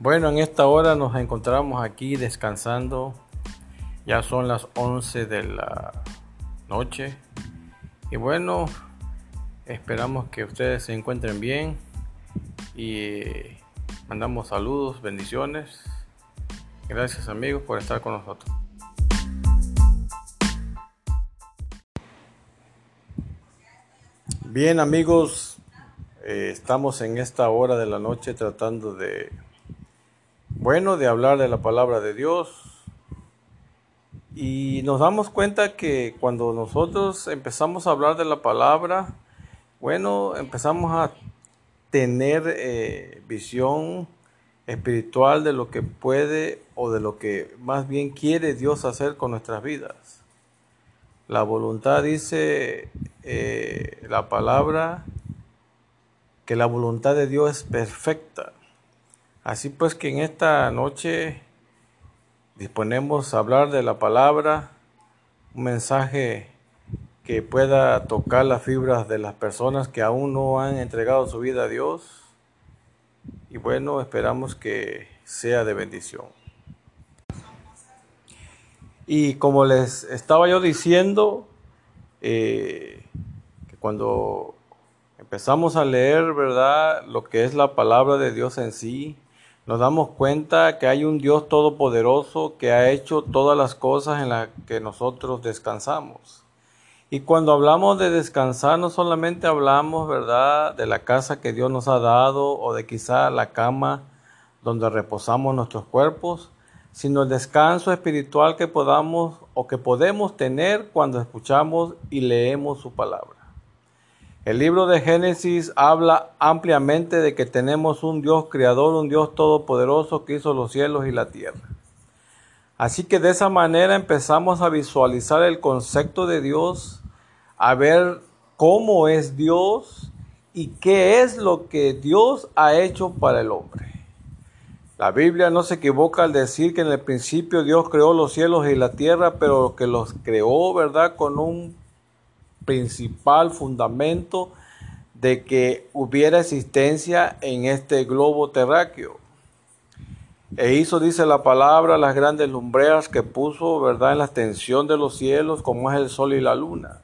Bueno, en esta hora nos encontramos aquí descansando. Ya son las 11 de la noche. Y bueno, esperamos que ustedes se encuentren bien. Y mandamos saludos, bendiciones. Gracias amigos por estar con nosotros. Bien amigos, estamos en esta hora de la noche tratando de hablar de la palabra de Dios. Y nos damos cuenta que cuando nosotros empezamos a hablar de la palabra, empezamos a tener visión espiritual de lo que puede o de lo que más bien quiere Dios hacer con nuestras vidas. La voluntad dice la palabra que la voluntad de Dios es perfecta. Así pues que en esta noche disponemos a hablar de la palabra, un mensaje que pueda tocar las fibras de las personas que aún no han entregado su vida a Dios. Y bueno, esperamos que sea de bendición. Y como les estaba yo diciendo, que cuando empezamos a leer, ¿verdad?, lo que es la palabra de Dios en sí, nos damos cuenta que hay un Dios todopoderoso que ha hecho todas las cosas en las que nosotros descansamos. Y cuando hablamos de descansar, no solamente hablamos, ¿verdad?, de la casa que Dios nos ha dado o de quizá la cama donde reposamos nuestros cuerpos, sino el descanso espiritual que podamos o que podemos tener cuando escuchamos y leemos su palabra. El libro de Génesis habla ampliamente de que tenemos un Dios creador, un Dios todopoderoso que hizo los cielos y la tierra. Así que de esa manera empezamos a visualizar el concepto de Dios, a ver cómo es Dios y qué es lo que Dios ha hecho para el hombre. La Biblia no se equivoca al decir que en el principio Dios creó los cielos y la tierra, pero que los creó, ¿verdad?, con un principal fundamento de que hubiera existencia en este globo terráqueo. E hizo, dice la palabra, las grandes lumbreras que puso, ¿verdad?, en la extensión de los cielos, como es el sol y la luna.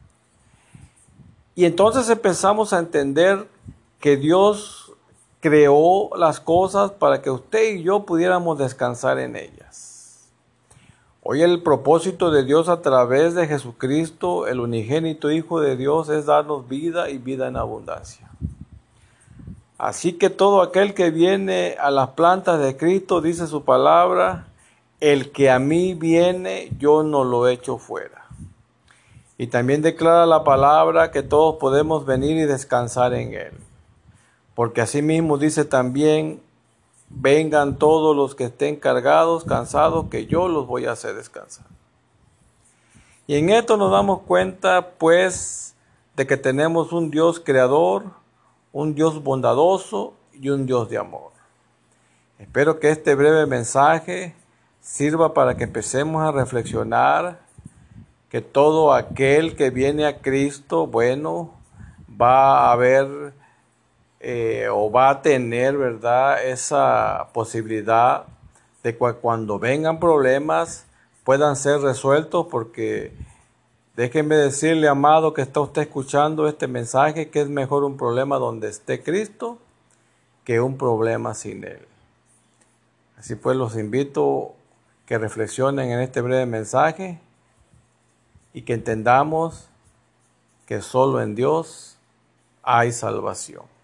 Y entonces empezamos a entender que Dios creó las cosas para que usted y yo pudiéramos descansar en ellas. Hoy el propósito de Dios a través de Jesucristo, el unigénito Hijo de Dios, es darnos vida y vida en abundancia. Así que todo aquel que viene a las plantas de Cristo, dice su palabra, el que a mí viene, yo no lo echo fuera. Y también declara la palabra que todos podemos venir y descansar en Él. Porque asimismo dice también, vengan todos los que estén cargados, cansados, que yo los voy a hacer descansar. Y en esto nos damos cuenta, pues, de que tenemos un Dios creador, un Dios bondadoso y un Dios de amor. Espero que este breve mensaje sirva para que empecemos a reflexionar que todo aquel que viene a Cristo, va a ver o va a tener, ¿verdad?, esa posibilidad de que cuando vengan problemas puedan ser resueltos, porque déjenme decirle, amado, que está usted escuchando este mensaje, que es mejor un problema donde esté Cristo que un problema sin Él. Así pues, los invito a que reflexionen en este breve mensaje y que entendamos que solo en Dios hay salvación.